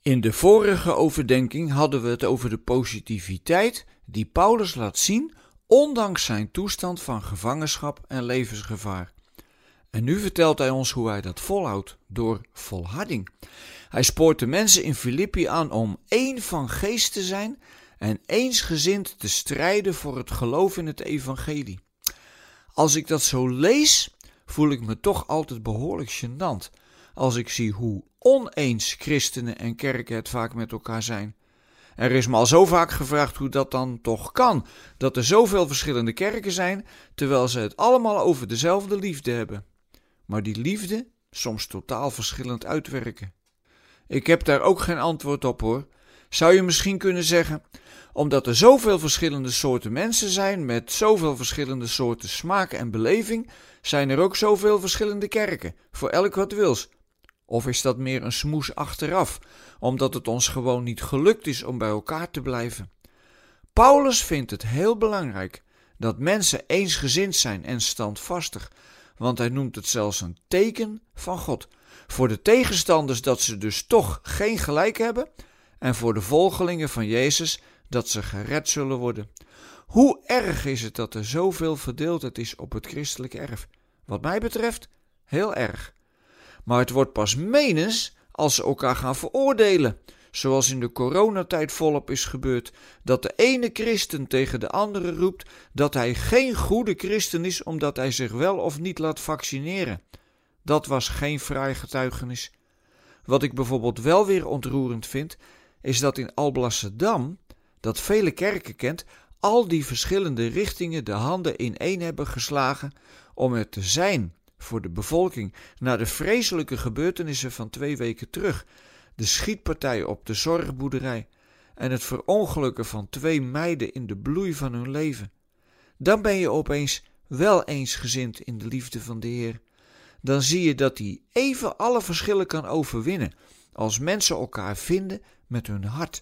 In de vorige overdenking hadden we het over de positiviteit die Paulus laat zien, ondanks zijn toestand van gevangenschap en levensgevaar. En nu vertelt hij ons hoe hij dat volhoudt, door volharding. Hij spoort de mensen in Filippi aan om één van geest te zijn en eensgezind te strijden voor het geloof in het evangelie. Als ik dat zo lees, voel ik me toch altijd behoorlijk gênant, als ik zie hoe oneens christenen en kerken het vaak met elkaar zijn. Er is me al zo vaak gevraagd hoe dat dan toch kan, dat er zoveel verschillende kerken zijn, terwijl ze het allemaal over dezelfde liefde hebben. Maar die liefde soms totaal verschillend uitwerken. Ik heb daar ook geen antwoord op hoor. Zou je misschien kunnen zeggen, omdat er zoveel verschillende soorten mensen zijn, met zoveel verschillende soorten smaak en beleving, zijn er ook zoveel verschillende kerken, voor elk wat wils. Of is dat meer een smoes achteraf, omdat het ons gewoon niet gelukt is om bij elkaar te blijven? Paulus vindt het heel belangrijk dat mensen eensgezind zijn en standvastig, want hij noemt het zelfs een teken van God. Voor de tegenstanders dat ze dus toch geen gelijk hebben en voor de volgelingen van Jezus dat ze gered zullen worden. Hoe erg is het dat er zoveel verdeeldheid is op het christelijke erf? Wat mij betreft, heel erg. Maar het wordt pas menens als ze elkaar gaan veroordelen, zoals in de coronatijd volop is gebeurd, dat de ene christen tegen de andere roept dat hij geen goede christen is omdat hij zich wel of niet laat vaccineren. Dat was geen fraai getuigenis. Wat ik bijvoorbeeld wel weer ontroerend vind, is dat in Alblasserdam, dat vele kerken kent, al die verschillende richtingen de handen ineen hebben geslagen om er te zijn voor de bevolking na de vreselijke gebeurtenissen van 2 weken terug, de schietpartij op de zorgboerderij en het verongelukken van 2 meiden in de bloei van hun leven. Dan ben je opeens wel eensgezind in de liefde van de Heer. Dan zie je dat hij even alle verschillen kan overwinnen als mensen elkaar vinden met hun hart.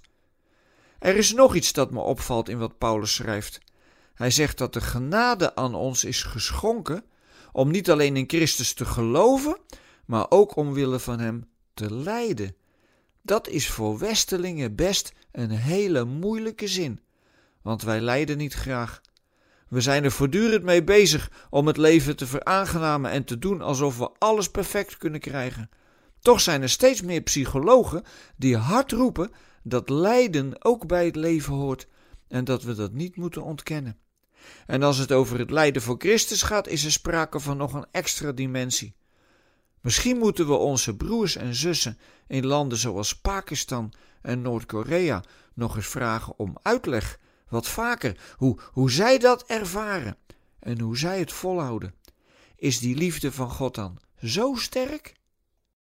Er is nog iets dat me opvalt in wat Paulus schrijft. Hij zegt dat de genade aan ons is geschonken om niet alleen in Christus te geloven, maar ook omwille van hem te lijden. Dat is voor Westelingen best een hele moeilijke zin, want wij lijden niet graag. We zijn er voortdurend mee bezig om het leven te veraangenamen en te doen alsof we alles perfect kunnen krijgen. Toch zijn er steeds meer psychologen die hard roepen dat lijden ook bij het leven hoort en dat we dat niet moeten ontkennen. En als het over het lijden voor Christus gaat, is er sprake van nog een extra dimensie. Misschien moeten we onze broers en zussen in landen zoals Pakistan en Noord-Korea nog eens vragen om uitleg, wat vaker, hoe zij dat ervaren en hoe zij het volhouden. Is die liefde van God dan zo sterk?